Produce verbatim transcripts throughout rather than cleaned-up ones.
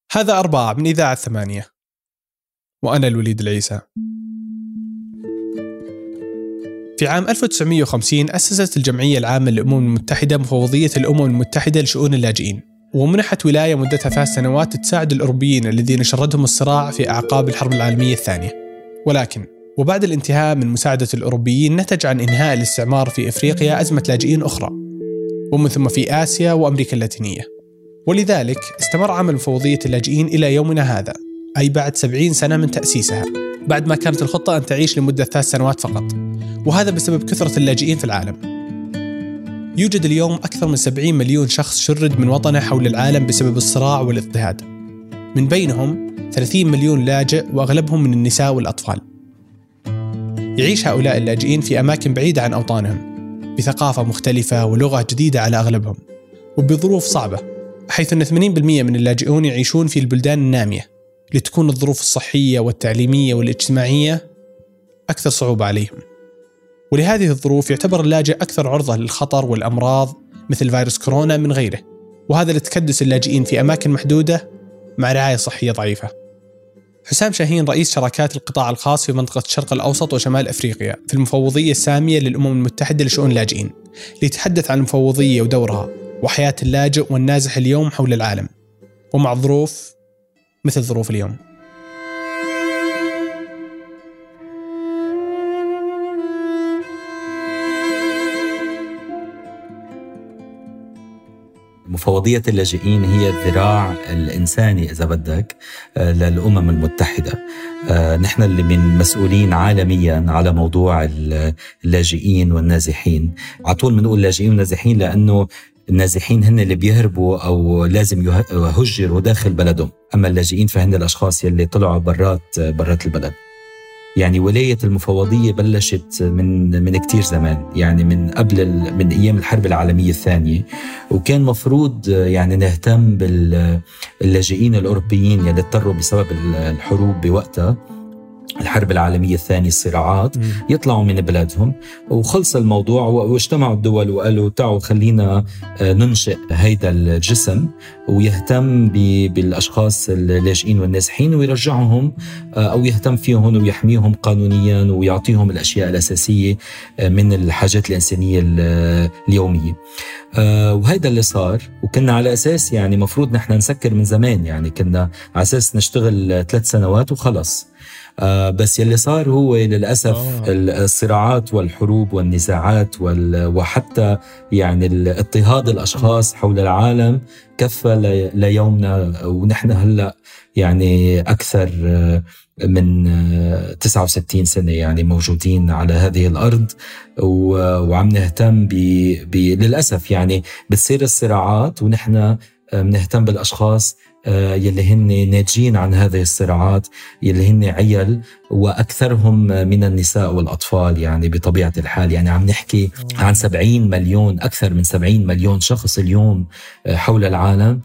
هذا أربعة من إذاعة ثمانية، وأنا الوليد العيسى. في عام ألف وتسعمائة وخمسين أسست الجمعية العامة للأمم المتحدة مفوضية الأمم المتحدة لشؤون اللاجئين، ومنحت ولاية مدتها ثلاث سنوات تساعد الأوروبيين الذين شردهم الصراع في أعقاب الحرب العالمية الثانية. ولكن وبعد الانتهاء من مساعدة الأوروبيين نتج عن إنهاء الاستعمار في إفريقيا أزمة لاجئين أخرى، ومن ثم في آسيا وأمريكا اللاتينية. ولذلك استمر عمل مفوضية اللاجئين إلى يومنا هذا، أي بعد سبعين سنة من تأسيسها، بعد ما كانت الخطة أن تعيش لمدة ثلاث سنوات فقط، وهذا بسبب كثرة اللاجئين في العالم. يوجد اليوم أكثر من سبعين مليون شخص شرد من وطنه حول العالم بسبب الصراع والاضطهاد، من بينهم ثلاثين مليون لاجئ وأغلبهم من النساء والأطفال. يعيش هؤلاء اللاجئين في أماكن بعيدة عن أوطانهم، بثقافة مختلفة ولغة جديدة على أغلبهم، وبظروف صعبة، حيث أن ثمانين بالمئة من اللاجئون يعيشون في البلدان النامية، لتكون الظروف الصحية والتعليمية والاجتماعية أكثر صعوبة عليهم. ولهذه الظروف يعتبر اللاجئ أكثر عرضة للخطر والأمراض مثل فيروس كورونا من غيره، وهذا لتكدس اللاجئين في أماكن محدودة مع رعاية صحية ضعيفة. حسام شاهين رئيس شراكات القطاع الخاص في منطقة الشرق الأوسط وشمال أفريقيا في المفوضية السامية للأمم المتحدة لشؤون اللاجئين، ليتحدث عن المفوضية ودورها وحياة اللاجئ والنازح اليوم حول العالم، ومع ظروف مثل ظروف اليوم. مفوضية اللاجئين هي الذراع الإنساني إذا بدك للأمم المتحدة. نحن اللي من مسؤولين عالميا على موضوع اللاجئين والنازحين. عطول بنقول لاجئين والنازحين لأنه النازحين هن اللي بيهربوا أو لازم يهجروا داخل بلدهم، أما اللاجئين فهن الأشخاص يلي طلعوا برات برات البلد. يعني ولاية المفوضية بلشت من من كتير زمان، يعني من قبل من أيام الحرب العالمية الثانية، وكان مفروض يعني نهتم باللاجئين الأوروبيين يلي اضطروا بسبب الحروب بوقتها، الحرب العالمية الثانية، الصراعات، يطلعوا من بلادهم. وخلص الموضوع واجتمعوا الدول وقالوا تعالوا خلينا ننشئ هيدا الجسم ويهتم بالأشخاص اللاجئين والنازحين ويرجعهم أو يهتم فيهم ويحميهم قانونيا ويعطيهم الأشياء الأساسية من الحاجات الإنسانية اليومية. وهيدا اللي صار، وكنا على أساس يعني مفروض نحن نسكر من زمان، يعني كنا على أساس نشتغل ثلاث سنوات وخلص. آه بس يلي صار هو للأسف آه. الصراعات والحروب والنزاعات وحتى يعني اضطهاد الأشخاص حول العالم كفى ليومنا، ونحن هلأ يعني أكثر من تسعة وستين سنة يعني موجودين على هذه الأرض، وعم نهتم ب... ب... للأسف يعني بتصير الصراعات ونحن بنهتم بالأشخاص يلي هن ناجين عن هذه الصراعات، يلي هن عيال وأكثرهم من النساء والأطفال. يعني بطبيعة الحال يعني عم نحكي عن سبعين مليون، أكثر من سبعين مليون شخص اليوم حول العالم.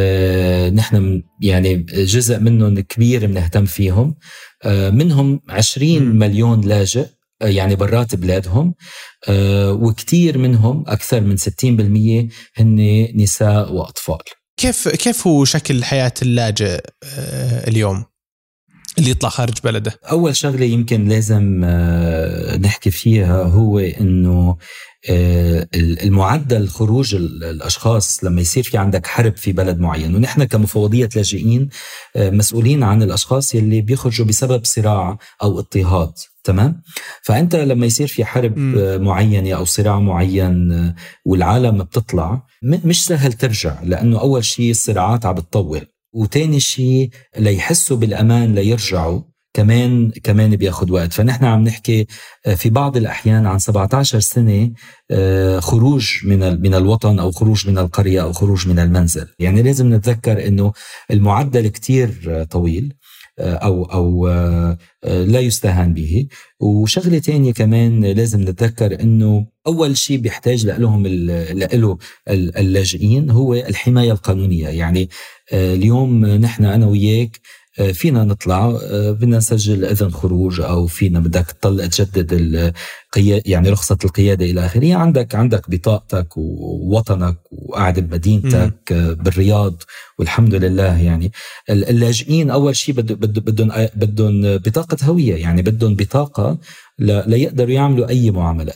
نحن يعني جزء منهم كبير بنهتم فيهم، منهم عشرين مليون لاجئ يعني برات بلادهم، وكتير منهم أكثر من ستين بالمية هن نساء وأطفال. كيف كيف هو شكل حياة اللاجئ اليوم اللي يطلع خارج بلده؟ أول شغلة يمكن لازم نحكي فيها هو إنه المعدل خروج الأشخاص لما يصير في عندك حرب في بلد معين، ونحن كمفوضية لاجئين مسؤولين عن الأشخاص يلي بيخرجوا بسبب صراع أو اضطهاد، تمام؟ فأنت لما يصير في حرب م. معينة أو صراع معين والعالم بتطلع، مش سهل ترجع، لأنه أول شيء الصراعات عم بتطول، وتاني شيء ليحسوا بالأمان ليرجعوا كمان كمان بياخد وقت. فنحن عم نحكي في بعض الأحيان عن سبعة عشر سنة خروج من من الوطن أو خروج من القرية أو خروج من المنزل. يعني لازم نتذكر إنه المعدل كتير طويل أو أو لا يستهان به. وشغلة تانية كمان لازم نتذكر إنه أول شيء بيحتاج لهم لهم اللاجئين هو الحماية القانونية. يعني اليوم نحن أنا وياك فينا نطلع بدنا نسجل إذن خروج أو فينا بدك تطلع تجدد القيادة يعني رخصة القيادة إلى آخره. عندك عندك بطاقتك ووطنك وقاعد بمدينتك بالرياض والحمد لله. يعني اللاجئين أول شيء بدهم بدهم بطاقة هوية، يعني بدهم بطاقة ليقدروا يعملوا أي معاملات.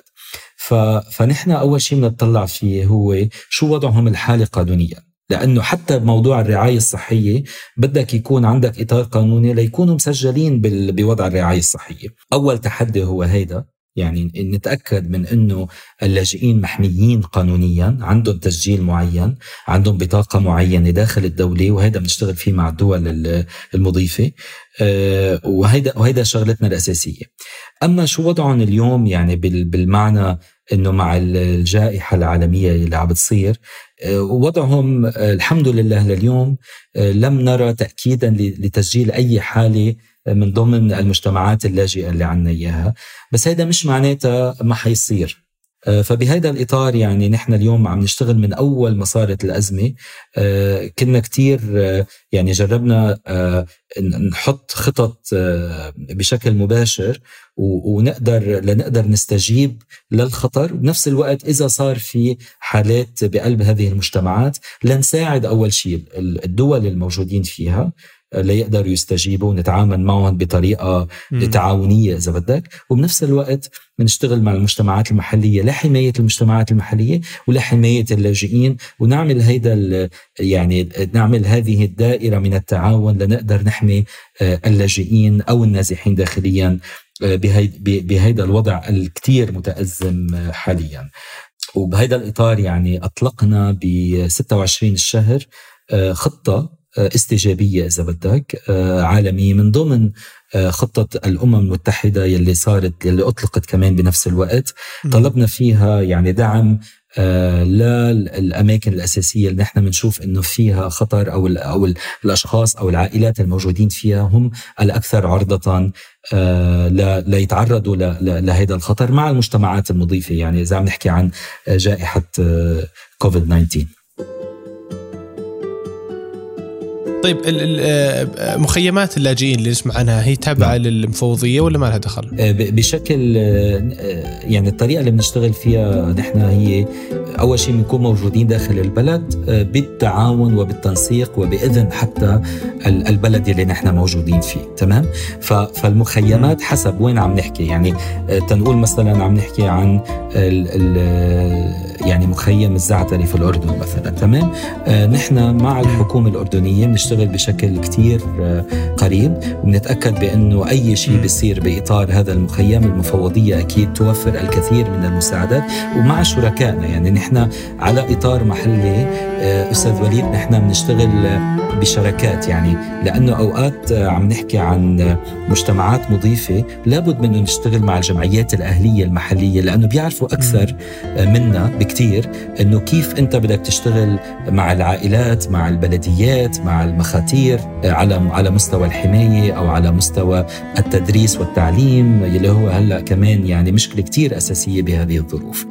فنحن أول شيء بنطلع فيه هو شو وضعهم الحالي قانونيا، لأنه حتى بموضوع الرعاية الصحية بدك يكون عندك إطار قانوني ليكونوا مسجلين بوضع الرعاية الصحية. أول تحدي هو هيدا، يعني نتأكد من أنه اللاجئين محميين قانونيا، عندهم تسجيل معين، عندهم بطاقة معينة داخل الدولة، وهذا بنشتغل فيه مع الدول المضيفة، وهيدا وهيدا شغلتنا الأساسية. أما شو وضعهم اليوم يعني بالمعنى أنه مع الجائحة العالمية اللي عم بتصير، وضعهم الحمد لله لليوم لم نرى تأكيدا لتسجيل أي حالة من ضمن المجتمعات اللاجئة اللي عنا إياها، بس هذا مش معناتها ما حيصير. فبهذا الإطار يعني نحن اليوم عم نشتغل من أول ما صارت الأزمة. كنا كتير يعني جربنا نحط خطط بشكل مباشر ونقدر لنقدر نستجيب للخطر، وبنفس الوقت إذا صار في حالات بقلب هذه المجتمعات لنساعد أول شيء الدول الموجودين فيها ليقدروا يستجيبوا ونتعامل معهم بطريقة م. تعاونية إذا بدك، وبنفس الوقت بنشتغل مع المجتمعات المحلية لحماية المجتمعات المحلية ولحماية اللاجئين، ونعمل هيدا يعني نعمل هذه الدائرة من التعاون لنقدر نحمي اللاجئين أو النازحين داخليا بهيدا الوضع الكتير متأزم حاليا. وبهيدا الإطار يعني أطلقنا بستة وعشرين الشهر خطة استجابية إذا بدك عالمية من ضمن خطة الأمم المتحدة يلي صارت يلي أطلقت كمان بنفس الوقت. طلبنا فيها يعني دعم للأماكن الأساسية اللي نحن بنشوف إنه فيها خطر، أو أو الأشخاص أو العائلات الموجودين فيها هم الأكثر عرضة ليتعرضوا لهذا الخطر مع المجتمعات المضيفة. يعني إذا عم نحكي عن جائحة كوفيد تسعة عشر. طيب مخيمات اللاجئين اللي نسمع عنها هي تابعة للمفوضية ولا ما لها دخل؟ بشكل يعني الطريقة اللي بنشتغل فيها نحن هي أول شيء بنكون موجودين داخل البلد بالتعاون وبالتنسيق وبإذن حتى البلد اللي نحن موجودين فيه. تمام. فالمخيمات حسب وين عم نحكي، يعني تنقول مثلا عم نحكي عن ال ال يعني مخيم الزعتري في الأردن مثلا. تمام. نحن مع الحكومة الأردنية بنشتغل بشكل كتير قريب وبنتأكد بأنه أي شيء بيصير بإطار هذا المخيم المفوضية أكيد توفر الكثير من المساعدات ومع شركائنا. يعني نحن على إطار محلي أستاذ وليد نحن بنشتغل بشركات، يعني لأنه أوقات عم نحكي عن مجتمعات مضيفة لابد منه نشتغل مع الجمعيات الأهلية المحلية لأنه بيعرفوا أكثر منا بكتير أنه كيف أنت بدك تشتغل مع العائلات مع البلديات مع المخاتير على على مستوى الحماية أو على مستوى التدريس والتعليم اللي هو هلأ كمان يعني مشكلة كتير أساسية بهذه الظروف.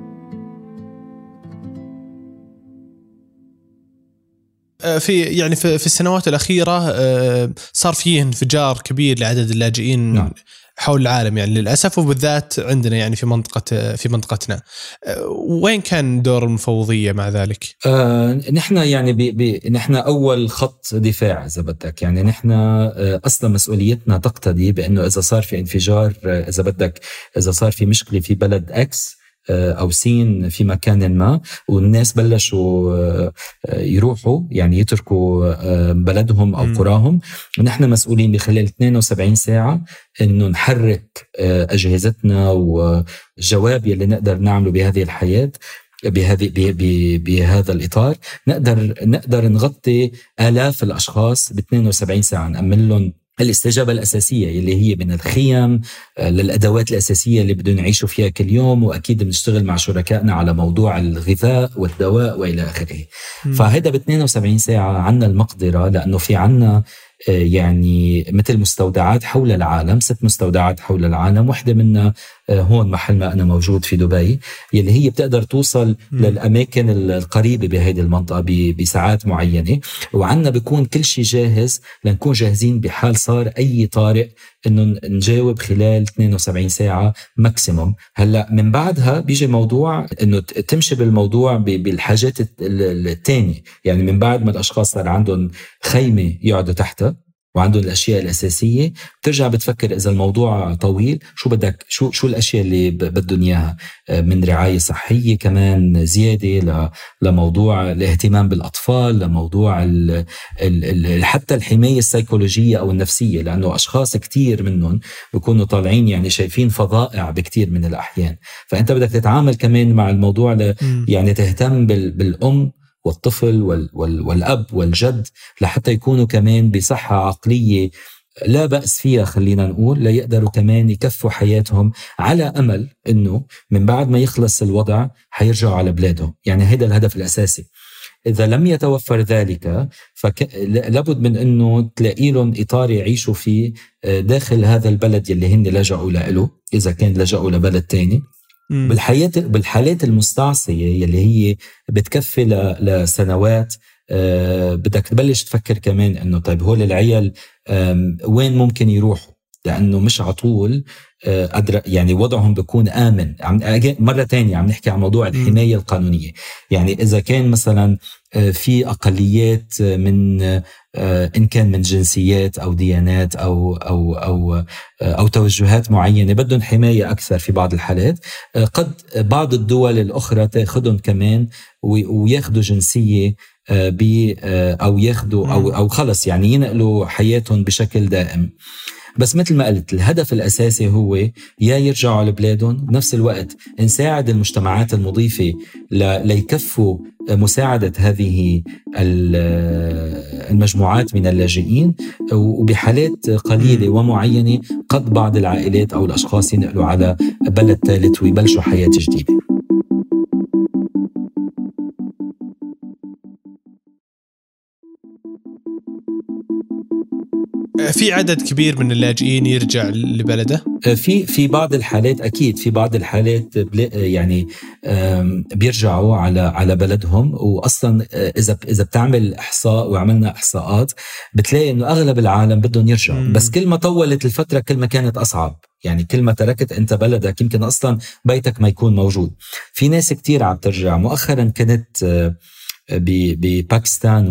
في يعني في, في السنوات الأخيرة صار فيه انفجار كبير لعدد اللاجئين نعم. حول العالم يعني للأسف، وبالذات عندنا يعني في منطقة في منطقتنا. وين كان دور المفوضية مع ذلك؟ آه نحن يعني بي بي نحن أول خط دفاع إذا بدك. يعني نحن آه أصلا مسؤوليتنا تقتضي بأنه إذا صار في انفجار آه إذا بدك إذا صار في مشكلة في بلد إكس أو سين في مكان ما والناس بلشوا يروحوا يعني يتركوا بلدهم أو قراهم، نحن مسؤولين بخلال اثنين وسبعين ساعة إنه نحرك أجهزتنا والجواب يلي نقدر نعمله بهذه الحياة بهذه بهذا الإطار. نقدر نقدر نغطي آلاف الأشخاص ب اثنين وسبعين ساعة، نأمن لهم الاستجابة الأساسية اللي هي من الخيم للأدوات الأساسية اللي بدهم يعيشوا فيها كل يوم، وأكيد بنشتغل مع شركائنا على موضوع الغذاء والدواء وإلى آخره. فهذا ب اثنين وسبعين ساعة عنا المقدرة، لأنه في عنا يعني مثل مستودعات حول العالم، ست مستودعات حول العالم، واحدة منها هون محل ما أنا موجود في دبي، يلي هي بتقدر توصل م. للأماكن القريبة بهذه المنطقة بساعات معينة، وعنا بيكون كل شيء جاهز لنكون جاهزين بحال صار أي طارئ إنه نجاوب خلال اثنين وسبعين ساعة ماكسيموم. هلأ من بعدها بيجي موضوع إنه تمشي بالموضوع بالحاجات التانية، يعني من بعد ما الأشخاص صار عندهم خيمة يقعدوا تحتها وعندهم الأشياء الأساسية، بترجع بتفكر إذا الموضوع طويل شو بدك، شو شو الأشياء اللي بدهم إياها من رعاية صحية كمان زيادة، لموضوع الاهتمام بالأطفال، لموضوع ال ال حتى الحماية السيكولوجية أو النفسية، لأنه أشخاص كتير منهم بيكونوا طالعين يعني شايفين فظائع بكتير من الأحيان، فأنت بدك تتعامل كمان مع الموضوع يعني تهتم بالأم والطفل وال وال والأب والجد لحتى يكونوا كمان بصحة عقلية لا بأس فيها، خلينا نقول، لا يقدروا كمان يكفوا حياتهم، على أمل أنه من بعد ما يخلص الوضع حيرجعوا على بلادهم. يعني هذا الهدف الأساسي. إذا لم يتوفر ذلك فلابد من أنه تلاقي لهم إطار يعيشوا فيه داخل هذا البلد يلي هن لجأوا له، إذا كان لجأوا لبلد تاني. بالحياة بالحالات المستعصية يلي هي بتكفي لسنوات، أه بدك تبلش تفكر كمان انه طيب هول العيال وين ممكن يروحوا، لانه مش عطول أه يعني وضعهم بيكون آمن. مرة تانية عم نحكي عن موضوع الحماية القانونية. يعني إذا كان مثلا في أقليات من إن كان من جنسيات أو ديانات أو أو أو أو توجهات معينة بدهم حماية أكثر في بعض الحالات، قد بعض الدول الأخرى تأخذهم كمان وياخدوا جنسية ب أو ياخدوا أو أو خلص يعني ينقلوا حياتهم بشكل دائم. بس مثل ما قلت الهدف الأساسي هو يا يرجعوا على بلادهم، بنفس الوقت نساعد المجتمعات المضيفة ليكفوا مساعدة هذه المجموعات من اللاجئين، وبحالات قليلة ومعينة قد بعض العائلات أو الأشخاص ينقلوا على بلد ثالث ويبلشوا حياة جديدة. في عدد كبير من اللاجئين يرجع لبلده؟ في في بعض الحالات أكيد، في بعض الحالات يعني بيرجعوا على على بلدهم. وأصلا إذا إذا بتعمل إحصاء، وعملنا إحصاءات، بتلاقي إنه أغلب العالم بدهم يرجعوا. مم. بس كل ما طولت الفترة كل ما كانت أصعب. يعني كل ما تركت أنت بلدك يمكن أصلا بيتك ما يكون موجود. في ناس كتير عم ترجع. مؤخرا كانت بباكستان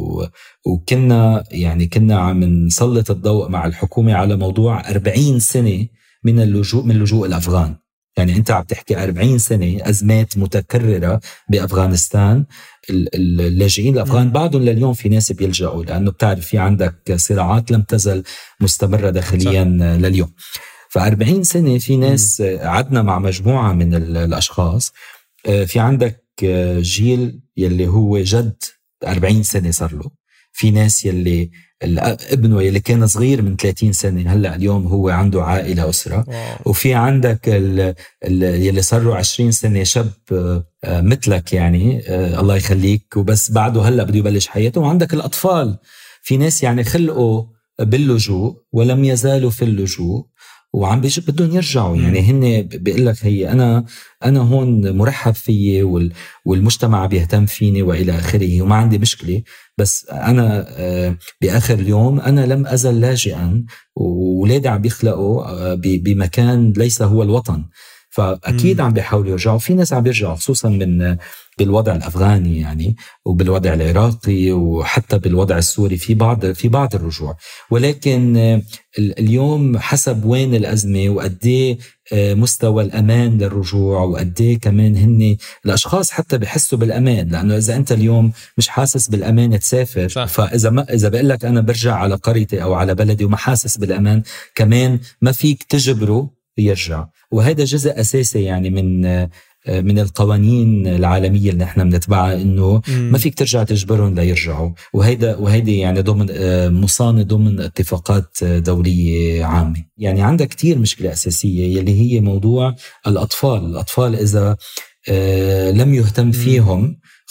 وكنا يعني كنا عم نسلط الضوء مع الحكومة على موضوع أربعين سنة من اللجوء من لجوء الأفغان. يعني أنت عم تحكي أربعين سنة أزمات متكررة بأفغانستان. اللاجئين الأفغان بعدهم لليوم في ناس بيلجأوا، لأنه بتعرف في عندك صراعات لم تزل مستمرة داخليا لليوم. فأربعين سنة في ناس عدنا مع مجموعة من الأشخاص. في عندك جيل يلي هو جد أربعين سنة صار له، في ناس يلي ابنه يلي كان صغير من ثلاثين سنة هلأ اليوم هو عنده عائلة أسرة، وفي عندك يلي صار له عشرين سنة شاب مثلك يعني الله يخليك، وبس بعده هلأ بده يبلش حياته. وعندك الأطفال، في ناس يعني خلقوا باللجوء ولم يزالوا في اللجوء وعم بيجي بدهم يرجعوا. يعني هن بيقول لك هي أنا أنا هون مرحب فيي والمجتمع بيهتم فيني وإلى آخره وما عندي مشكلة، بس أنا بآخر اليوم أنا لم أزل لاجئا وولادي عم بيخلقوا بمكان ليس هو الوطن. فأكيد عم بيحاولوا يرجعوا. في ناس عم بيرجعوا خصوصا من بالوضع الأفغاني يعني، وبالوضع العراقي، وحتى بالوضع السوري في بعض في بعض الرجوع. ولكن اليوم حسب وين الأزمة وقديه مستوى الأمان للرجوع، وقديه كمان هن الأشخاص حتى بيحسوا بالأمان. لأنه إذا أنت اليوم مش حاسس بالأمان تسافر صح. فإذا ما إذا بقول لك أنا برجع على قريتي أو على بلدي وما حاسس بالأمان، كمان ما فيك تجبره يرجع. وهذا جزء أساسي يعني من من القوانين العالمية اللي نحن بنتبعها، إنه ما فيك ترجع تجبرهم ليرجعوا. وهيدا وهيدي يعني ضمن مصانة ضمن اتفاقات دولية عامة. يعني عندها كتير مشكلة أساسية يلي هي موضوع الأطفال. الأطفال إذا لم يهتم فيهم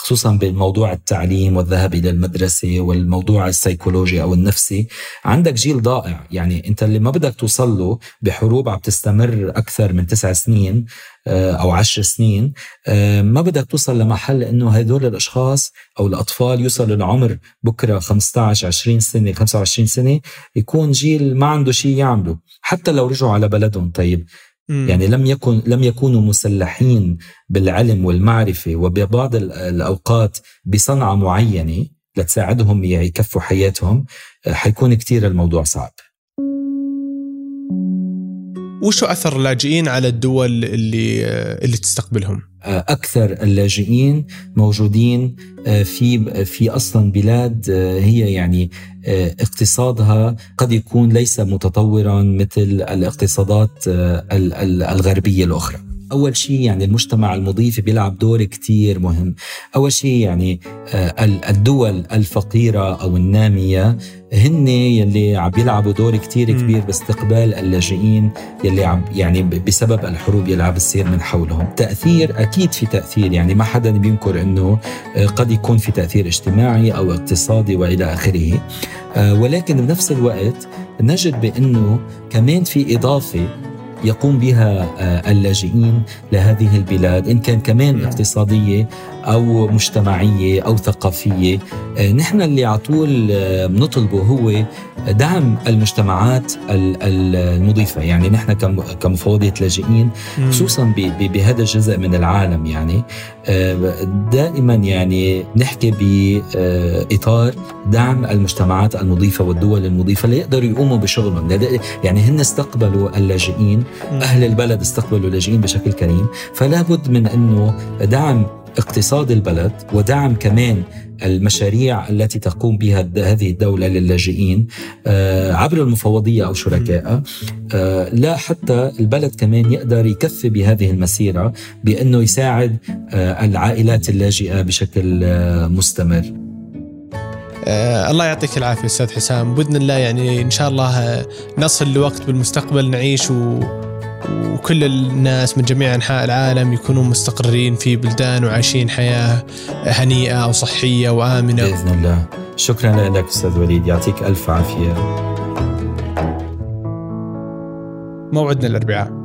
خصوصا بالموضوع التعليم والذهاب إلى المدرسة والموضوع السيكولوجي أو النفسي. عندك جيل ضائع، يعني أنت اللي ما بدك توصل له بحروب عم تستمر أكثر من تسع سنين أو عشر سنين، ما بدك توصل لمحل أنه هذول الأشخاص أو الأطفال يوصلوا لعمر بكرة خمسة عشر عشرين سنة خمسة وعشرين سنة يكون جيل ما عنده شيء يعمله حتى لو رجعوا على بلدهم. طيب م. يعني لم يكن لم يكونوا مسلحين بالعلم والمعرفة وببعض الأوقات بصنعة معينة لتساعدهم يكفوا حياتهم، حيكون كتير الموضوع صعب. وشو أثر اللاجئين على الدول اللي اللي تستقبلهم؟ أكثر اللاجئين موجودين في في أصلا بلاد هي يعني اقتصادها قد يكون ليس متطورا مثل الاقتصادات الغربية الأخرى. أول شيء يعني المجتمع المضيف بيلعب دور كتير مهم. أول شيء يعني الدول الفقيرة أو النامية هن يلي عم يلعبوا دور كتير كبير باستقبال اللاجئين يلي عم يعني بسبب الحروب يلي عم بتصير من حولهم. تأثير أكيد في تأثير، يعني ما حدا بينكر إنه قد يكون في تأثير اجتماعي أو اقتصادي وإلى آخره، ولكن بنفس الوقت نجد بأنه كمان في إضافة يقوم بها اللاجئين لهذه البلاد، إن كان كمان اقتصادية أو مجتمعية أو ثقافية. نحن اللي عطول نطلبه هو دعم المجتمعات المضيفة. يعني نحن كمفوضية لاجئين خصوصا بهذا الجزء من العالم يعني دائما يعني نحكي بإطار دعم المجتمعات المضيفة والدول المضيفة ليقدروا يقوموا بشغلهم. يعني هن استقبلوا اللاجئين، أهل البلد استقبلوا اللاجئين بشكل كريم، فلا بد من أنه دعم اقتصاد البلد ودعم كمان المشاريع التي تقوم بها هذه الدولة للاجئين عبر المفوضية أو شركائها، لا حتى البلد كمان يقدر يكفي بهذه المسيرة بأنه يساعد العائلات اللاجئة بشكل مستمر. آه الله يعطيك العافية أستاذ حسام. بإذن الله يعني إن شاء الله نصل لوقت بالمستقبل نعيش و... وكل الناس من جميع أنحاء العالم يكونوا مستقرين في بلدان وعايشين حياة هنيئة وصحية وآمنة بإذن الله. شكرا لك أستاذ وليد، يعطيك ألف عافية. موعدنا الأربعاء.